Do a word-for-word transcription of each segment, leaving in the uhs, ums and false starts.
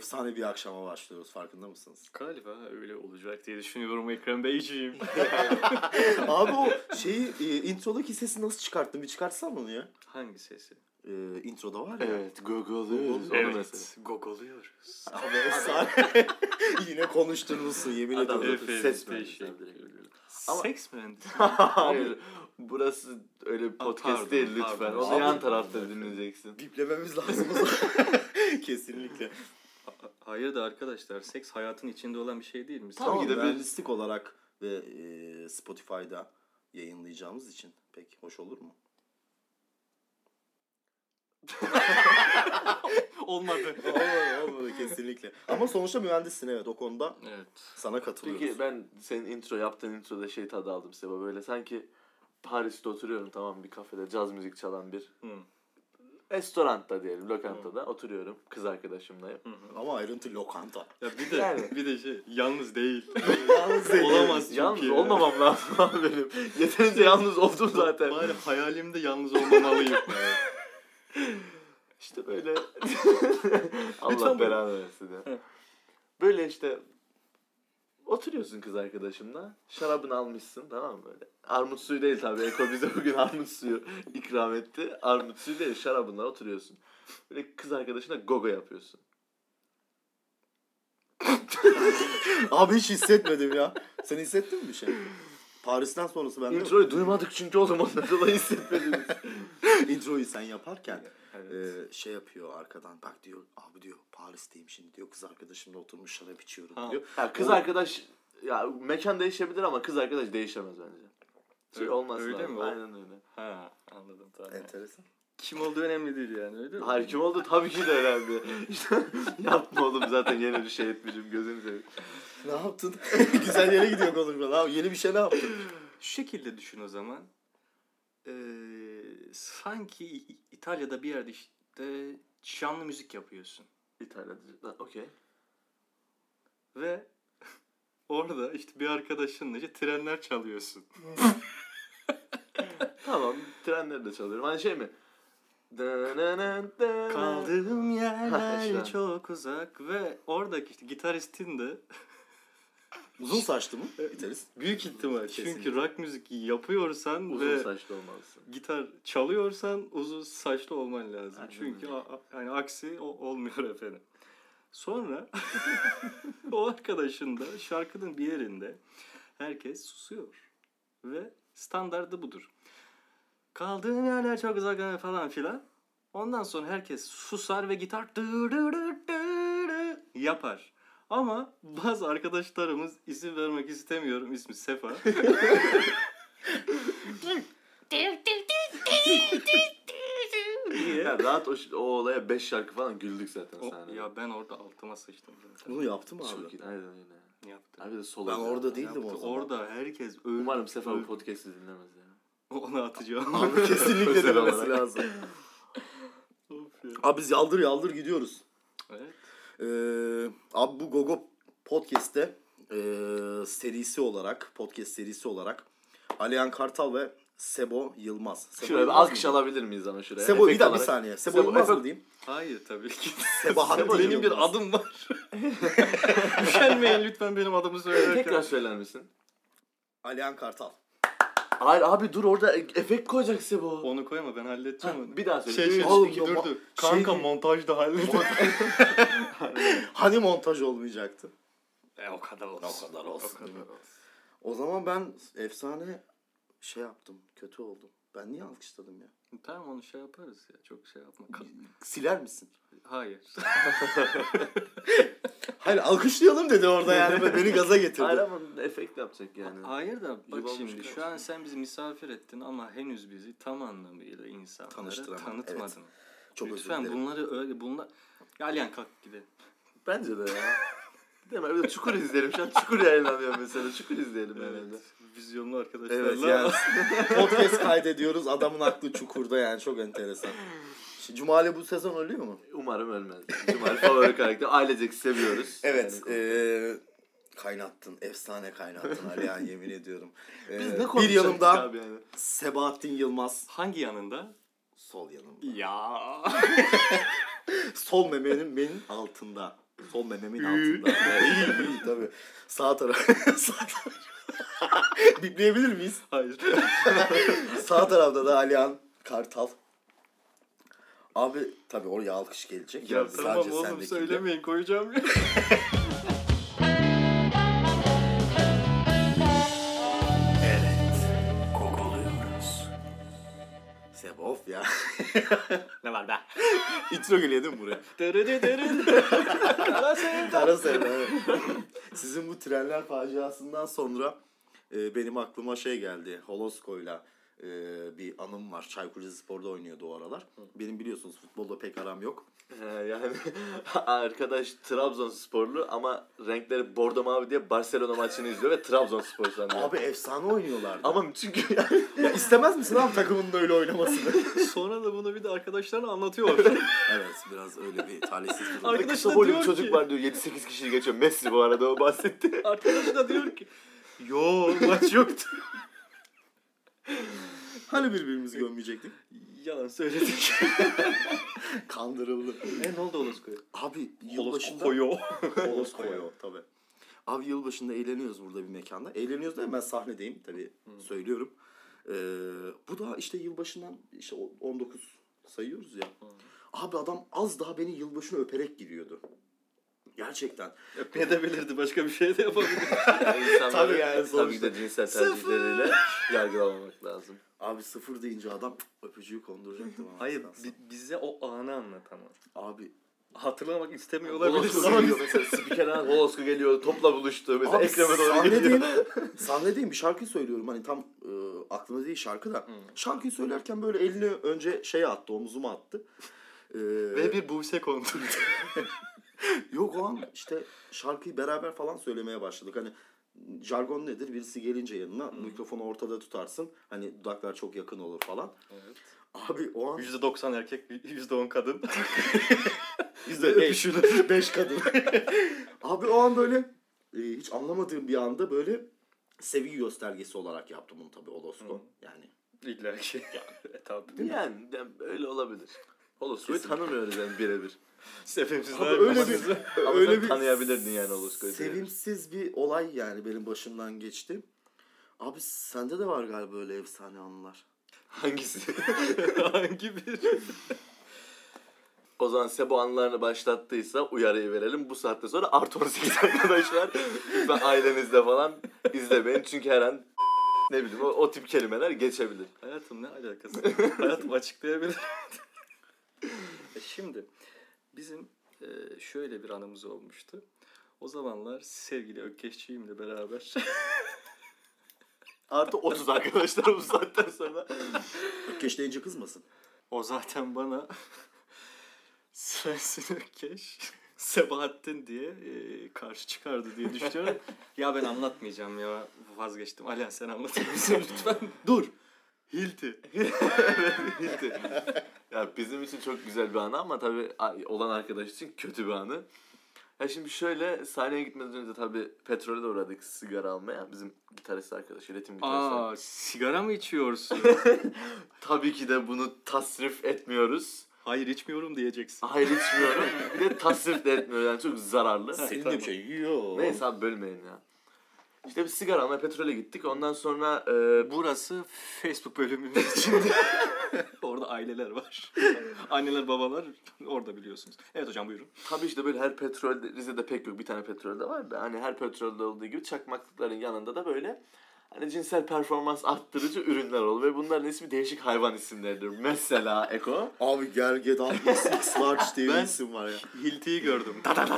efsane bir akşama başlıyoruz. Farkında mısınız? Galiba öyle olacak diye düşünüyorum Ekrem Beyciğim. Abi o şeyi e, introdaki sesi nasıl çıkarttın? Bir çıkartsan onu ya. Hangi sesi? E, introda var ya. Evet, gogoluyoruz. Evet, gogoluyoruz. Abi efsane. Yine konuşturmuşsun yemin Adam ediyorum. Efendim, ses teşekkür verdi. ederim. Ama- Seks mi? Hayır. Burası öyle bir podcast pardon, değil lütfen. pardon. Onu Abi- yan tarafta dinleyeceksin. Biplememiz lazım o zaman. Kesinlikle. Hayır da arkadaşlar, seks hayatın içinde olan bir şey değil mi? Tabii Tamam, ki de ben- mühendislik olarak ve e, Spotify'da yayınlayacağımız için pek hoş olur mu? Olmadı. olmadı, olmadı kesinlikle. Ama sonuçta mühendissin evet o konuda Evet. sana katılıyoruz. Peki ben senin intro yaptığın introda şey tadı aldım Seba, böyle sanki Paris'te oturuyorum, tamam, bir kafede caz müzik çalan bir Hı. restoranda diyelim, lokantada oturuyorum, kız arkadaşımlayım. Ama ayrıntı lokanta. Ya bir de Yani. bir de şey, yalnız değil. Yalnız değil. Olamaz çünkü. Yalnız olmamam lazım abi benim. Yeterince yalnız oldum zaten. Bari hayalimde yalnız olmamalıyım. İşte böyle Allah Lütfen belanı versin ya. Böyle işte oturuyorsun kız arkadaşımla. Şarabını almışsın, tamam mı böyle. Armut suyu değil tabii. Eko bize bugün armut suyu ikram etti. Armut suyu değil, şarabınla oturuyorsun. Böyle kız arkadaşına gogo yapıyorsun. Abi hiç hissetmedim ya. Sen hissettin mi bir şey? Paris'ten sonrası bende yok. Introyu duymadık çünkü oğlum, ondan dolayı hissetmedim. Introyu sen yaparken Evet. e, şey yapıyor arkadan. Bak diyor abi diyor Paris'teyim şimdi diyor. Kız arkadaşımla oturmuş şarap içiyorum Ha. diyor. Ya kız O- arkadaş, ya mekan değişebilir ama kız arkadaş değişemez bence. Şey Öyle- olmaz öyle lazım. mi o? Aynen öyle. Ha, anladım tamam. Enteresan. Kim olduğu önemli değil yani, öyle mi? Hayır, kim oldu tabii ki de önemli. İşte yapma oğlum, zaten yeni bir şey etmişim, gözünü seveyim. Ne yaptın? Güzel yere gidiyor konuşma. Ne yap- Yeni bir şey ne yaptın? Şu şekilde düşün o zaman. Ee, sanki İ- İtalya'da bir yerde işte canlı müzik yapıyorsun. İtalya'da, okey. Ve orada işte bir arkadaşınla işte trenler çalıyorsun. Tamam, trenleri de çalıyorum. Hani şey mi? Kaldığım Ha, yerler işte. çok uzak ve oradaki işte gitaristin de Uzun saçlı mı? Gitarist. büyük ihtimal. Kesinlikle. Çünkü rock müzik yapıyorsan Uzun ve saçlı olmalısın. gitar çalıyorsan uzun saçlı olman lazım. Aynen Çünkü öyle. a- a- yani aksi o- olmuyor efendim. Sonra o arkadaşın da şarkının bir yerinde herkes susuyor. Ve standardı budur. Kaldığın yerler çok uzak falan filan. Ondan sonra herkes susar ve gitar dı dı dı dı dı yapar. Ama bazı arkadaşlarımız, isim vermek istemiyorum, ismi Sefa. diye. Ya rahat o, o olaya beş şarkı falan güldük zaten O- sahnede. ya ben orada altıma sıçtım zaten. Bunu yaptı mı abi? Çok iyi. Aynen öyle. Yaptı. Abi de solo. Ben orada değildim Yaptı. o zaman. Orada herkes öldü. Umarım Sefa öldü. bu podcast'i dinlemez ya. Onu atacağım. Abi kesinlikle Özel demesi olarak. lazım. Of ya. Abi biz yaldır yaldır gidiyoruz. Evet. Ee, abi bu Gogo Podcast'te e, serisi olarak, podcast serisi olarak Alihan Kartal ve Sebo Yılmaz. Sebo Şuraya bir Yılmaz alkış mı? alabilir miyiz ama şuraya? Sebo bir Efekt dakika bir olarak. saniye. Sebo, Sebo, Yılmaz efekt- mı diyeyim? Hayır tabii ki. Sebahattin Benim bir Yılmaz. adım var. Üşenmeyin lütfen benim adımı söylerken. Tekrar söyler misin? Alihan Kartal. Hayır abi dur, orada e- efekt koyacak Sebo. Onu koyma, ben halledeceğim onu. Bir daha söyle. Şey, şey, Üç, Oğlum, iki, yok. dur ma- dur. şey Kanka değil. montajda hallet. Hani montaj olmayacaktı? e, o kadar olsun. O kadar olsun. O kadar olsun. O zaman ben efsane şey yaptım. Kötü oldum. Ben niye alkışladım ya? Tamam, onu şey yaparız ya. Çok şey yapma. Ka- Siler misin? Hayır. Hayır alkışlayalım dedi orada yani. Beni gaza getirdi. Hayır ama efekt yapacak yani. Hayır da bak Yuvarlamış şimdi kaç. şu an sen bizi misafir ettin ama henüz bizi tam anlamıyla insanlara Tanıştıramadın, tanıtmadın. Çok özür Lütfen dilerim. bunları öyle bunlar... Ya Alihan kalk gidelim. Bence de ya. Değil mi? Bir de Çukur izleyelim. Şu an Çukur yayınlanıyor mesela. Çukur izleyelim yani. Evet. Vizyonlu arkadaşlarla. Evet yani podcast kaydediyoruz. Adamın aklı çukurda yani çok enteresan. Şimdi Cumali bu sezon ölüyor mu? Umarım ölmez. Cumali favori karakter. Ailecek seviyoruz. Evet. Yani- eee kaynattın. Efsane kaynattın Alihan yemin ediyorum. Eee, Biz ne bir konuşacaktık yanımda abi yani? Sebahattin Yılmaz. Hangi yanında? Sol yanımda. Ya. Sol memenin benim altında. Sol mememin altında. iyi iyi tabii. Sağ taraf. Sağ taraf. Bipleyebilir miyiz? Hayır. Sağ tarafta da Alihan Kartal. Abi tabii oraya alkış gelecek. Ya Sadece tamam oğlum sendeki söylemeyin koyacağım ya. Evet. Kokuluyoruz. Sebof ya. Ne var be? İntro geliyor değil mi buraya? Dırıdı dırıdı. Kara sevda, evet. Sizin bu trenler faciasından sonra e, benim aklıma şey geldi. Holosko'yla e, bir anım var. Çaykur Rizespor'da oynuyordu o aralar. Benim biliyorsunuz futbolda pek aram yok. He, yani arkadaş Trabzonsporlu ama renkleri bordo mavi diye Barcelona maçını izliyor ve Trabzonspor sanıyor. Abi efsane oynuyorlardı. Ama çünkü yani Ya istemez misin abi takımının öyle oynamasını? Sonra da bunu bir de arkadaşlarına anlatıyor. Evet, biraz öyle bir talihsiz durum. Arkadaş- kısa da boylu bir diyor çocuk ki- var diyor. yedi sekiz kişi geçiyor. Messi bu arada o bahsetti. Arkadaşı da diyor ki yo maç yoktu. Hani birbirimizi gömmeyecektik? Yalan söyledik. Kandırıldı. e ne oldu Holosko'ya? Abi yılbaşında... Holosko'yo. Holosko'yo tabii. Abi yılbaşında eğleniyoruz burada bir mekanda. Eğleniyoruz değil mi? Ben sahnedeyim tabii söylüyorum. Ee, bu da işte yılbaşından işte on dokuz sayıyoruz ya. Abi adam az daha beni yılbaşına öperek giriyordu. Gerçekten. Öpmeye de bilirdi. Başka bir şey de yapabilirdi. Yani insanları Tabii yani tabii sonuçta. ki de cinsel tercihleriyle yargılamamak lazım. Abi sıfır deyince adam öpücüğü konduracaktı bana. Hayır az kalsın. bi- bize o anı anlat ama. Abi Hatırlamak istemiyor Holosko olabilirsin. geliyor mesela spikerden Holosko geliyor topla buluştu mesela Abi Ekrem'e doğru sahnedeyim, geliyor. sahnedeyim bir şarkı söylüyorum hani tam e, aklımda değil şarkı da. Şarkıyı söylerken böyle elini önce şeye attı, omuzuma attı. E, Ve bir Buse konturdu. Yok o an işte şarkıyı beraber falan söylemeye başladık. Hani jargon nedir? Birisi gelince yanına mikrofonu ortada tutarsın. Hani dudaklar çok yakın olur falan. Evet. Abi o an yüzde doksan erkek, yüzde on kadın. yüzde beş, beş kadın. Abi o an böyle e, hiç anlamadığım bir anda böyle sevgi göstergesi olarak yaptım bunu tabii Holosko. Yani İlla ki. e, tabii. Yani de- öyle olabilir. Holosko'yu tanımıyoruz yani birebir. Sevimsizler. Abi öyle Ama bir sizi- Ama öyle sen bir tanıyabilirdin yani Holosko'yu. sevimsiz bir olay yani benim başımdan geçti. Abi sende de var galiba öyle efsane anılar. Hangisi? Hangi bir? O zaman Sebo anılarını başlattıysa uyarıyı verelim. Bu saatte sonra artı on sekiz arkadaşlar. Lütfen ailenizle falan izlemeyin. Çünkü her an ne bileyim o, o tip kelimeler geçebilir. Hayatım ne alakası? Hayatım açıklayabilir. E Şimdi bizim e, şöyle bir anımız olmuştu. O zamanlar sevgili Ökkeşçiğimle beraber Artı otuz arkadaşlar bu saatten sonra. Ökkeş deyince kızmasın. o zaten bana sensin Ökkeş, Sebahattin diye e, karşı çıkardı diye düşünüyorum. Ya ben anlatmayacağım ya, vazgeçtim. Alihan sen anlatır mısın lütfen? Dur. Hilti. Hilti. Ya bizim için çok güzel bir anı ama tabii olan arkadaş için kötü bir anı. Ya şimdi şöyle sahneye gitmeden önce tabii petrole de uğradık sigara almaya. Bizim gitarist arkadaş, üretim gitarist arkadaş. Aa, sigara mı içiyorsun? Tabii ki de bunu tasrif etmiyoruz. Hayır içmiyorum diyeceksin. Hayır içmiyorum. Bir de tasrif de etmiyoruz yani çok zararlı. Senin tamam. de bir şey yok. Neyse abi bölmeyin ya. İşte bir sigara almaya petrole gittik. Ondan sonra e, Burası Facebook bölümünün içinde. Orada aileler var. Anneler babalar orada biliyorsunuz. Evet hocam buyurun. tabii işte böyle her petrol, Rize'de pek yok bir tane petrolde var da hani her petrolde olduğu gibi çakmaklıkların yanında da böyle hani cinsel performans arttırıcı ürünler olur ve bunların ismi değişik hayvan isimleridir. Mesela Eko. Abi Gergedan X X Large diye bir Ben- isim var ya. Hilti'yi gördüm.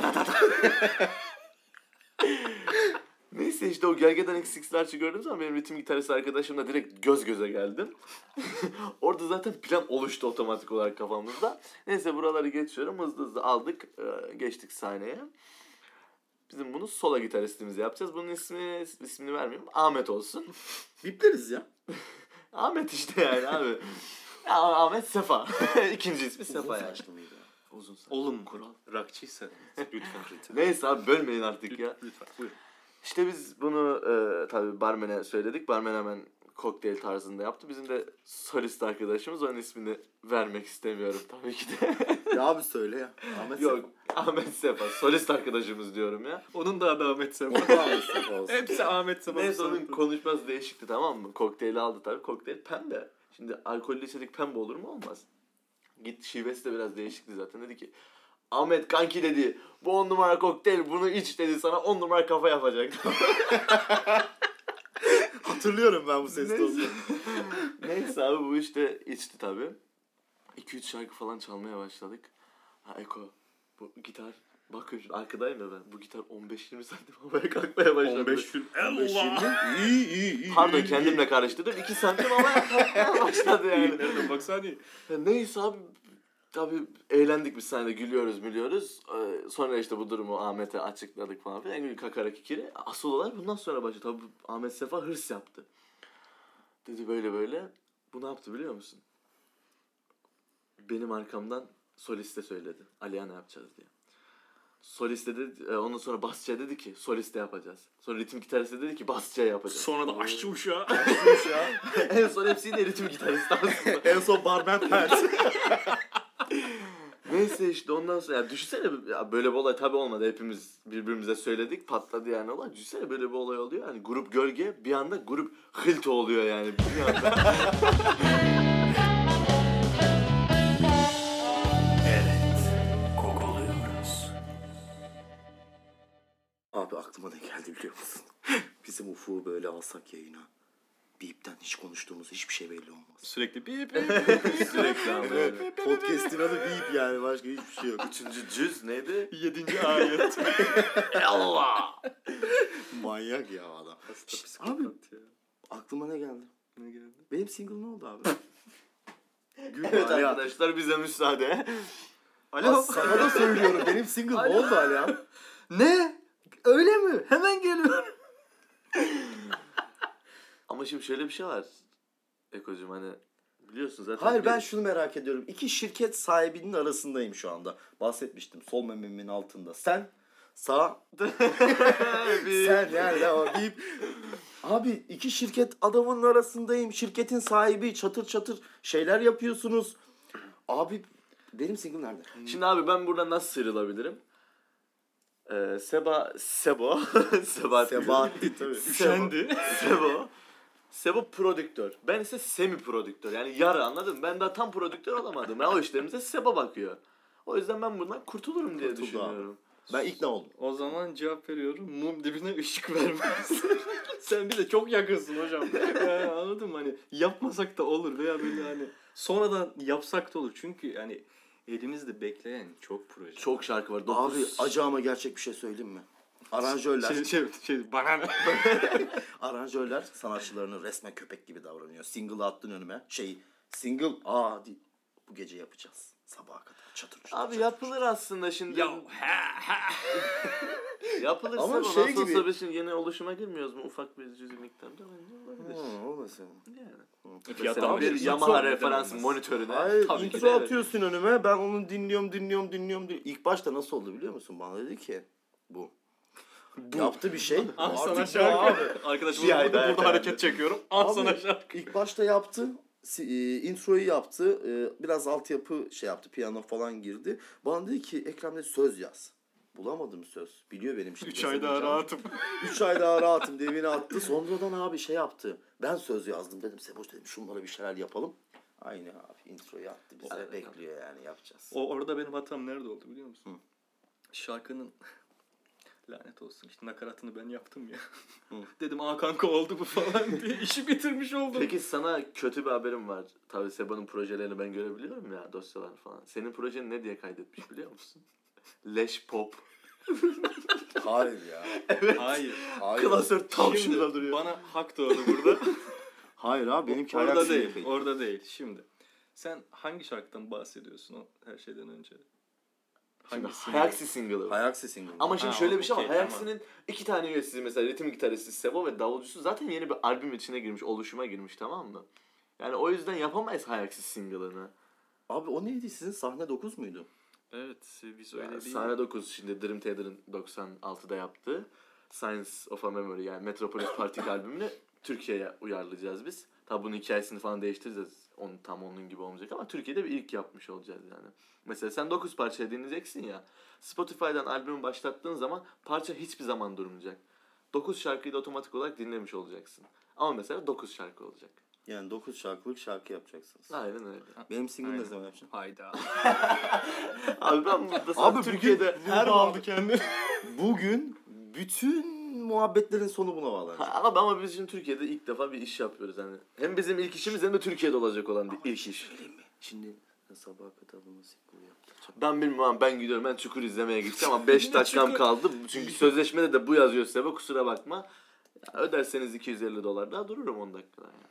Neyse işte o Gergedan X X Large'ı gördüğüm zaman benim ritim gitarist arkadaşımla direkt göz göze geldim. Orada zaten plan oluştu otomatik olarak kafamızda. Neyse buraları geçiyorum. Hızlı hızlı aldık. e, Geçtik sahneye. Bizim bunu solo gitaristimize yapacağız. Bunun ismi, ismini vermeyeyim. Ahmet olsun. Bipleriz ya. Ahmet işte yani abi. Ya, Ahmet Sefa. İkinci ismi Sefa Uzun yani. saçlı mıydı ya? Uzun saçlı. Oğlum kural. Rakçıysa lütfen. Neyse abi bölmeyin artık ya. Lütfen buyurun. İşte biz bunu e, tabii barmene söyledik. Barmen hemen kokteyl tarzında yaptı. Bizim de solist arkadaşımız, onun ismini vermek istemiyorum tabii ki de. Ya abi söyle ya. Ahmet Yok, Ahmet Sefa. Solist arkadaşımız diyorum ya. Onun da adı Ahmet Sefa. Sefa. Ahmet Sefa olsun. Hepsi Ahmet Sefa. Neyse onun konuşması değişikti, tamam mı? Kokteyli aldı tabii. Kokteyl pembe. Şimdi alkollü içecek pembe olur mu? Olmaz. Gitti, şivesi de biraz değişikti zaten. Dedi ki Ahmet kanki dedi, bu on numara kokteyl, bunu iç dedi, sana on numara kafa yapacak. Hatırlıyorum ben bu ses Neyse. tonunu. Neyse abi bu işte içti tabii. iki üç şarkı falan çalmaya başladık. Ha Eko, bu gitar, bakın şu arkadayım ya ben. Bu gitar on beş yirmi santim havaya kalkmaya başladı. on beş film. Allah! İyi iyi iyi. Pardon iyi, kendimle karıştırdım. iki santim havaya kalkmaya başladı yani. Nereden baksana iyi. Ya neyse abi, tabii eğlendik biz sahnede, gülüyoruz gülüyoruz. Ee, sonra işte bu durumu Ahmet'e açıkladık falan filan. En kakara kikiri. Asıl olay bundan sonra başladı. Tabii Ahmet Sefa hırs yaptı. Dedi böyle böyle. Bu ne yaptı biliyor musun? Benim arkamdan soliste söyledi. Aliya ne yapacağız diye. Soliste dedi, e, ondan sonra basçıya dedi ki soliste yapacağız. Sonra ritim gitariste dedi ki basçıya yapacağız. Sonra da aşçı uşağı. En son hepsiyle ritim gitarist aslında. En son barman pers. Neyse işte ondan sonra ya düşünsene ya böyle bir olay tabii olmadı. Hepimiz birbirimize söyledik, patladı yani olay. Düşünsene böyle bir olay oluyor. Hani grup gölge, bir anda grup hılto oluyor yani bir anda. Abi aklıma ne geldi biliyor musun? Bizim Ufuk'u böyle alsak yayına. Beep'ten hiç konuştuğumuz hiçbir şey belli olmaz. Sürekli bip bip. Sürekli ama öyle. Podcast'in adı Beep yani, başka hiçbir şey yok. Üçüncü cüz neydi? Yedinci ayet. Allah! Manyak ya adam. Şşt, Abi ya. aklıma ne geldi? Ne geldi? Benim single ne oldu abi? Gülme Evet Alihan. arkadaşlar bize müsaade. Alo. Sana da söylüyorum, benim single ne oldu Alihan? Ne? Öyle mi? Hemen geliyorum. Ama şimdi şöyle bir şey var. Eko'cum hani biliyorsun zaten. Hayır, ben bir- şunu merak ediyorum. İki şirket sahibinin arasındayım şu anda. Bahsetmiştim, sol mememin altında. Sen sağ Bir- sen yani ya o deyip abi iki şirket adamının arasındayım. Şirketin sahibi, çatır çatır şeyler yapıyorsunuz. Abi benim single nerede? Şimdi abi ben buradan nasıl sıyrılabilirim? Ee, Seba, Sebo, Sebahattin. Sebahattin tabii. Üşendi. Sebo. Sebo prodüktör. Ben ise semi prodüktör. Yani yarı, anladın mı? Ben daha tam prodüktör olamadım. Ya o işlerimize Sebo bakıyor. O yüzden ben bundan kurtulurum diye Kurtuldu düşünüyorum. Ben ikna oldum. O zaman cevap veriyorum. Mum dibine ışık vermez. Sen bir de çok yakınsın hocam. Yani anladın mı? Hani yapmasak da olur veya böyle hani sonradan yapsak da olur. Çünkü yani elimizde bekleyen çok proje. Çok şarkı var. Abi Dokuz... acı ama gerçek bir şey söyleyeyim mi? Aranjörler, Şey, şey, şey, bana ne? aranjörler sanatçılarını resmen köpek gibi davranıyor. Single attın önüme. Şey, single aa di- bu gece yapacağız. Sabaha kadar çatır çatır. Abi çatır. yapılır aslında şimdi. Ya ha ha. Yapılır Ama Sebo. şey Nasıl gibi- olsa biz şimdi yeni oluşuma girmiyoruz mu? Ufak bir cüzi miktarda bence olabilir. Hı, olmasın. Yani. Fiyattan Mesela bir bir Yamaha intro referans olmaz. monitörüne. Hayır, tabii ki intro de evet. atıyorsun önüme. Ben onu dinliyorum, dinliyorum, dinliyorum. dinliyorum. İlk başta nasıl oldu biliyor musun? Bana dedi ki bu. Yaptı bir şey. Al sana Artık bu şarkı. Arkadaşım Bir ay burada, daha burada ertelendi. hareket çekiyorum. Al Abi, sana şarkı. İlk başta yaptı. si- e, introyu yaptı. e, Biraz altyapı şey yaptı. Piyano falan girdi. Bana dedi ki Ekrem dedi söz yaz. Bulamadım söz. Biliyor benim şimdi. üç ay daha rahatım. üç ay daha rahatım diye beni attı. Sonradan abi şey yaptı. Ben söz yazdım dedim. Seboş dedim şunlara bir şeyler yapalım. Aynı abi introyu attı bize. Evet. Bekliyor yani, yapacağız. O orada benim hatam nerede oldu biliyor musun? Hı. Şarkının lanet olsun işte nakaratını ben yaptım ya. Dedim aa kanka oldu bu falan diye işi bitirmiş oldum. Peki sana kötü bir haberim var. Tabii Seba'nın projelerini ben görebiliyorum ya, dosyalar falan. Senin projeni ne diye kaydetmiş biliyor musun? Leş pop. Hayır ya. Hayır. Hayır. Klasör tam Şimdi şurada duruyor. bana hak doğdu burada. Hayır abi benimki orada ayak değil. sinirli. Orada değil. Şimdi sen hangi şarkıdan bahsediyorsun o her şeyden önce? Şimdi Hangisi? Hayaksi single'ı. Ayak single. Ama şimdi Ha, şöyle bir şey var. okey, Hayaksi'nin iki tane üyesi mesela ritim gitaristi Sebo ve davulcusu zaten yeni bir albüm içine girmiş, oluşuma girmiş, tamam mı? Yani o yüzden yapamayız Hayaksi single'ını. Abi o neydi, sizin sahne dokuz muydu? Evet biz öyle Yani değil. sahne dokuz şimdi Dream Theater'ın doksan altıda yaptığı Science of a Memory yani Metropolis Party albümünü Türkiye'ye uyarlayacağız biz. Tabi bunun hikayesini falan değiştireceğiz. Onun, tam onun gibi olmayacak ama Türkiye'de bir ilk yapmış olacağız yani. Mesela sen dokuz parça dinleyeceksin ya. Spotify'dan albümü başlattığın zaman parça hiçbir zaman durmayacak. dokuz şarkıyı da otomatik olarak dinlemiş olacaksın. Ama mesela dokuz şarkı olacak. Yani dokuz şarkılık şarkı yapacaksınız. Aynen öyle. Benim single ne Aynen. zaman yapacaksın? Hayda. Abi ben burada Abi Abi Türkiye'de bugün her aldı kendini. Bugün bütün muhabbetlerin sonu buna bağlanacak. Abi ama biz şimdi Türkiye'de ilk defa bir iş yapıyoruz hani. Hem bizim ilk işimiz hem de Türkiye'de olacak olan bir ilk iş. Şimdi sabaha kadar bunu sikliyor yaptıracağım. Ben bilmiyorum ben gidiyorum ben Çukur izlemeye gideceğim ama beş dakikam kaldı. Çünkü sözleşmede de bu yazıyor size kusura bakma. Ya öderseniz iki yüz elli dolar daha dururum on dakika yani.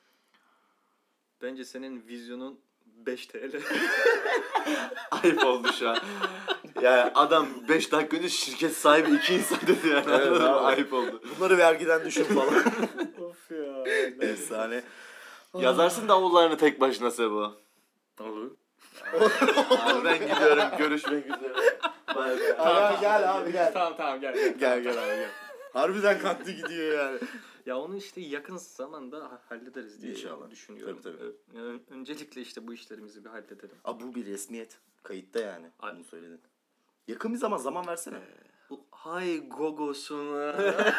Bence senin vizyonun beş TL. Ayıp oldu şu an. Yani adam beş dakika önce şirket sahibi iki insan dedi yani. Evet, Anladın mı? abi. Ayıp oldu. Bunları vergiden düşün falan. Of ya. Efsane. Yazarsın davullarını tek başına Sebo. Olur. Abi ben gidiyorum görüşmek üzere. Bay bay. Abi gel abi gel. Tamam tamam gel. gel. Gel gel abi gel. Harbiden kalktı gidiyor yani. Ya onu işte yakın zamanda ha- hallederiz diye İnşallah. düşünüyorum. Tabii, tabii. Evet. Yani öncelikle işte bu işlerimizi bir halledelim. Abi bu bir resmiyet. Kayıtta yani. Ay. Bunu söyledin. Yakın bir zaman zaman versene. Hay gogosuna.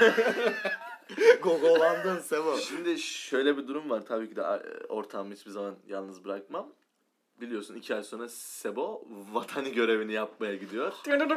Gogolandın Sebo. Şimdi şöyle bir durum var. Tabii ki de e, ortağımı hiçbir zaman yalnız bırakmam. Biliyorsun iki ay sonra Sebo vatani görevini yapmaya gidiyor.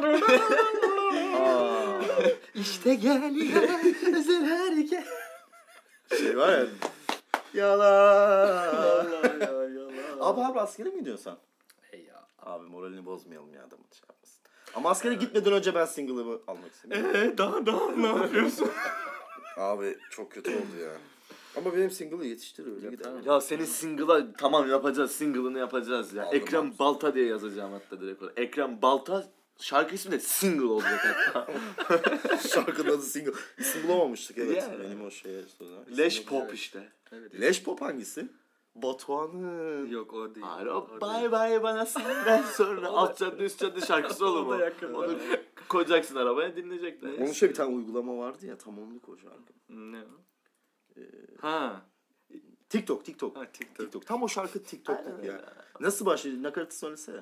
Aa, işte geliyor özel hareket. şey var ya. Yalan. Allah ya yalan. Abi abi askere mi gidiyorsun sen? Hey ya. Abi moralini bozmayalım ya adamın şey yapmasın. Ama askere gitmeden önce ben single'ımı almak istedim. Eee daha daha ne yapıyorsun? Abi çok kötü oldu ya. Ama benim single'ı yetiştir öyle gider. tamam. Ya senin single'a tamam yapacağız. Single'ını yapacağız ya. Aldım, Ekrem aldım. Balta diye yazacağım hatta direkt olarak. Ekrem Balta şarkı ismi de single olacak hatta. Şarkının adı single. İsim bulamamıştık evet. Yani. Benim o şeye sonra. Leş İsim- pop işte. Evet. Leş pop hangisi? Batuhan'ın. Yok o değil. Alo O bay değil. bay bana senden sonra alt cadde üst cadde şarkısı olur O mu? da yakın. Onu koyacaksın arabaya dinleyecekler. Onun şöyle bir tane uygulama vardı ya tam onluk o şarkı. Ne o? Ee, Ha. TikTok TikTok. Ha TikTok. TikTok. Tam o şarkı TikTok'luk Aynen ya. öyle. Nasıl başlıyor? Nakaratı söylesene.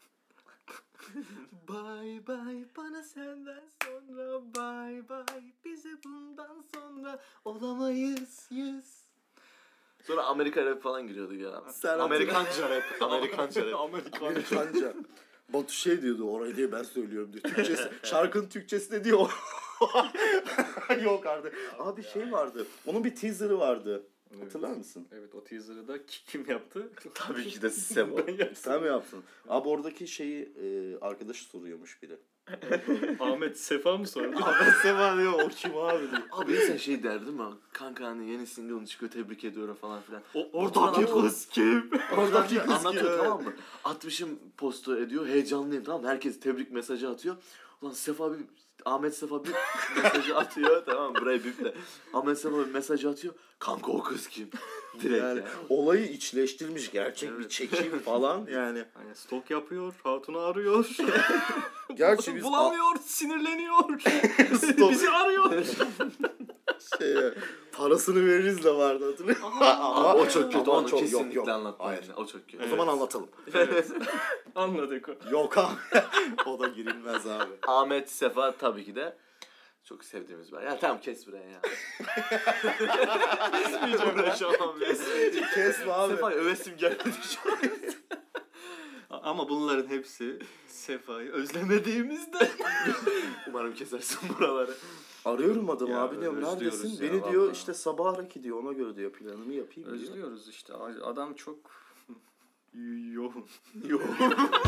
Bye bye bana senden sonra bye bye bize bundan sonra olamayız yüz. Sonra Amerika rap falan giriyordu ya. Sen Amerikanca rap. Amerikanca rap. Amerikan. Amerikanca. Batu şey diyordu orayı diye ben söylüyorum diyor. Türkçesi, şarkının Türkçesi de diyor. Yok artık. Abi şey vardı. Onun bir teaser'ı vardı. Evet. Hatırlar mısın? Evet o teaser'ı da ki- kim yaptı? Tabii ki de Sebo. Ben yaptım. Sen mi yaptın? Abi oradaki şeyi e, arkadaşı soruyormuş biri. Ahmet Sefa mı sordu? Abi Seba diyor o kim abi diyor. Abi insan şey der değil mi? Kanka hani yeni single'ın çıkıyor tebrik ediyorum falan filan. O Oradaki kız kim? Oradaki kız anlatıyor gibi, tamam mı? atmışım postu ediyor heyecanlıyım tamam mı? Herkes tebrik mesajı atıyor. Ulan Sefa bir Ahmet Sefa bir mesajı atıyor tamam mı? Burayı büyükle. Ahmet Sefa bir mesajı atıyor. Kanka o kız kim? Direkt Yani yani. olayı içleştirmiş gerçek bir Evet. çekim falan yani. Hani stok yapıyor, hatunu arıyor. Gerçi biz bulamıyor, sinirleniyor. Stok. Bizi arıyor. şey, parasını veririz de vardı hatırlıyor musun? Ama o çok kötü. Ama Onu çok- yok, kesinlikle yok. anlatma. Hayır. Yani. O çok kötü. O zaman anlatalım. Evet. Anladık. Yok abi. O da girilmez abi. Ahmet Sefa tabii ki de çok sevdiğimiz bir. Ya tamam kes buraya ya. Kesmeyeceğim uğraşamam ya. Kesme abi. Sefa övesim geldi şu an. Ama bunların hepsi Sefa'yı özlemediğimizde. Umarım kesersin buraları. Arıyorum adamı Ya, abi diyorum özlüyoruz neredesin? ya, Beni diyor vallahi. işte sabah hareket diyor ona göre diyor planımı yapayım diyor. Özlüyoruz işte. Adam çok yoğun. Yok.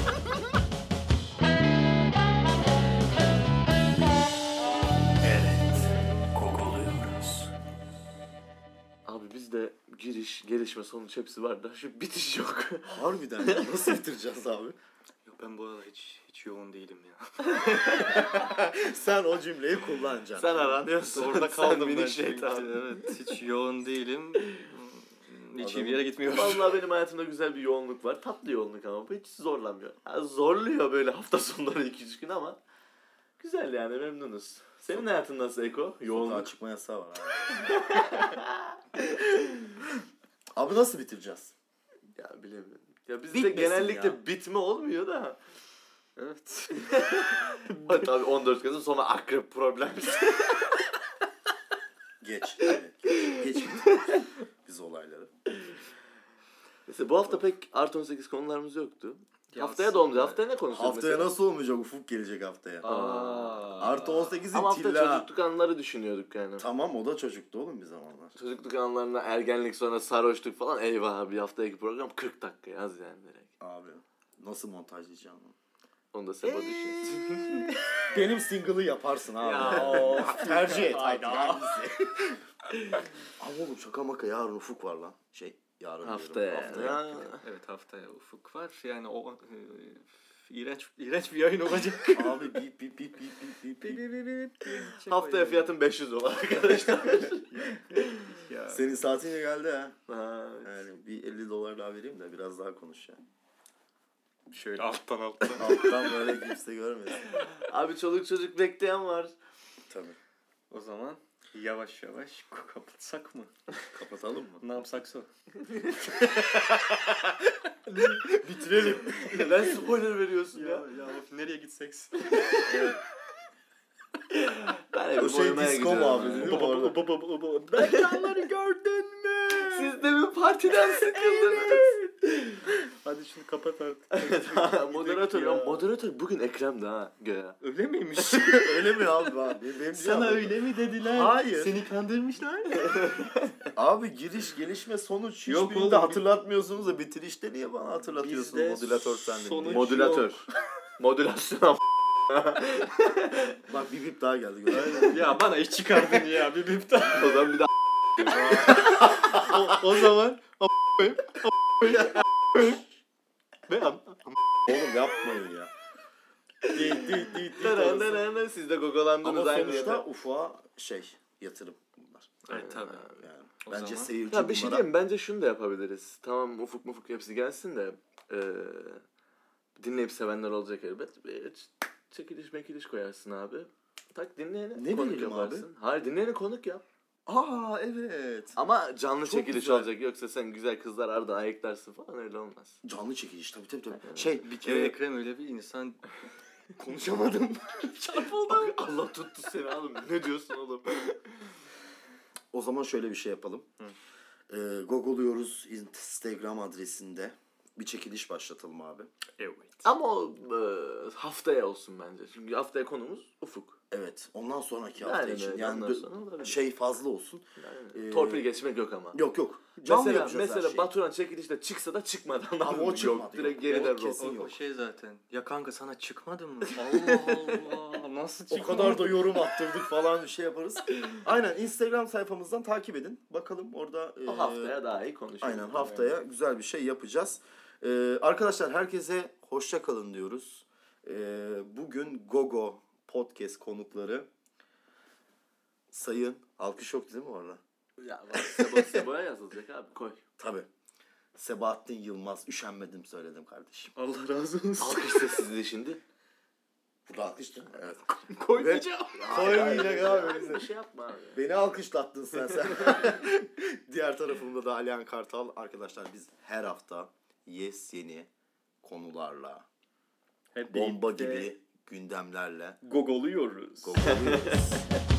Abi bizde giriş, gelişme, sonuç hepsi var da şu bitiş yok. Harbiden ya, nasıl bitireceğiz abi? Yok ben bu arada hiç hiç yoğun değilim ya. Sen o cümleyi kullanacaksın. Sen aranıyorsun. Orada Sen kaldım minik ben şeytan. çünkü. Evet hiç yoğun değilim. Hiç iyi bir yere gitmiyorum. Vallahi benim hayatımda güzel bir yoğunluk var. Tatlı yoğunluk ama bu hiç zorlamıyor. Ha, zorluyor böyle hafta sonları iki üç gün ama güzel yani memnunuz. Senin hayatın nasıl Eko? Sokağa Yoğunluk. çıkma yasağı var abi. Abi nasıl bitireceğiz? Ya bilemiyorum. Ya bizde Bitmesin genellikle ya. bitme olmuyor da. Evet. Ha, tabii on dört Kasım sonra akrep problem. Geç. Evet. Geç bitiriyoruz biz olayları. Mesela bu hafta pek artı on sekiz konularımız yoktu. Ya haftaya da aslında- olmayacak. Haftaya ne konuşuyoruz Haftaya mesela? nasıl olmayacak? Ufuk gelecek haftaya. Aa. Artı on sekizin Ama hafta tilla. çocukluk anıları düşünüyorduk yani. Tamam, o da çocuktu oğlum bir zamanlar. Çocukluk anılarına ergenlik sonra sarhoşluk falan. Eyvah, bir haftaki program kırk dakika yaz yani direkt. Abi nasıl montajlayacağım onu? Onu da Sebo düşünsün. Benim single'ı yaparsın abi. Ya of. Tercih et Hayda. artık hangisi? Abi oğlum şaka maka yarın Ufuk var lan. Şey yarın Haftaya diyorum. yani. Haftaya. Ha. Evet, haftaya Ufuk var. Yani o e, iğrenç iğrenç bir yayın olacak. Abi bip bip bip bip bip bip bip. Haftaya fiyatın beş yüz dolar arkadaşlar. Ya. Senin saatinle geldi ha. Ha, Yani bir elli dolar daha vereyim de biraz daha konuş ya. Şöyle alttan alttan. Alttan böyle kimse görmesin. Abi çoluk çocuk bekleyen var. Tabii. O zaman yavaş yavaş kapatsak mı? Kapatalım mı? Ne yapsak so? Bitirelim. Neden spoiler veriyorsun ya? Ya, ya of, nereye gitsek? Ben evi O şey boyamaya disco gidiyorum muhabbeti yani. değil mi orada? Mekanları gördün mü? Siz de mi partiden sıkıldınız? Hadi şunu kapat artık. Moderatör ya. ya. Moderatör bugün Ekrem'di ha. Göya. Öyle miymiş? Öyle mi abi abi? Benim Sana cevabım- öyle mi dediler? Hayır. Seni kandırmışlar. Abi giriş, gelişme, sonuç Yok hiçbirini oğlum. de hatırlatmıyorsunuz da bitirişte niye bana hatırlatıyorsun Bizde modülatör sende sonuç- diye. Modülatör. Modülasyon. Bak bir bip daha geldi. gördün mü? Ya bana iş çıkardın ya bir bipten. O zaman bir daha o, o zaman ben Oğlum yapmayın ya. Değil değil değil. değil Tadam, arası. tadam, siz de gogolandınız Ama aynı sonuçta yerde. Ufa şey yatırım bunlar. Evet tabii. Yani O bence zaman- seyirci Ya bir şey bunlara- diyeyim, bence şunu da yapabiliriz. Tamam, ufuk mufuk hepsi gelsin de eee dinleyip sevenler olacak elbet. Bir ç- çekiliş mekiliş koyarsın abi. Tak dinleyene Ne konuk verelim yaparsın. Hayır, dinleyene konuk yap. Aa evet. Ama canlı Çok çekiliş güzel. olacak, yoksa sen güzel kızlar arada ayıklarsın falan, öyle olmaz. Canlı çekiliş tabii tabii tabii. Şey Bir kere e, Ekrem öyle bir insan konuşamadım. Çarpıldım. Allah tuttu seni oğlum. Ne diyorsun oğlum? O zaman şöyle bir şey yapalım. Ee, Google'luyoruz Instagram adresinde. Bir çekiliş başlatalım abi. evet. Ama o eee, haftaya olsun bence. Çünkü haftaya konumuz ufuk. Evet. Ondan sonraki hafta Yani için. öyle, Yani ondan dö- sonra olabilir. şey fazla olsun. Yani, Ee, torpil geçmek yok ama. Yok yok. Canlı Mesela yapacağız her mesela şeyi. Baturan çekilişte çıksa da çıkmadan Ama o yok. çıkmadı, Direkt yok. geriden O rol. kesin. O, yok. o şey zaten. Ya kanka sana çıkmadı mı? Allah Allah. Nasıl O çıkmadı? kadar da yorum attırdık falan bir şey yaparız. Aynen Instagram sayfamızdan takip edin. Bakalım orada. O e, haftaya daha iyi konuşuruz. Aynen haftaya güzel bir şey yapacağız. Ee, arkadaşlar herkese hoşça kalın diyoruz. Ee, bugün Gogo Podcast konukları Sayın alkış yok değil mi orada? Ya bak, Sebo, Sebo'ya yazılacak abi, koy. Tabii. Sebahattin Yılmaz. Üşenmedim söyledim kardeşim. Allah razı olsun. Alkış sessizliği şimdi. Bu da alkış değil mi? Evet. Koymayacağım. Koymayacak abi. Bir bize. şey yapma abi. Beni alkışlattın sen sen. Diğer tarafımda da Alihan Kartal. Arkadaşlar biz her hafta yes yeni konularla, Hep bomba birlikte gibi gündemlerle Gogoluyoruz. Google'lıyoruz.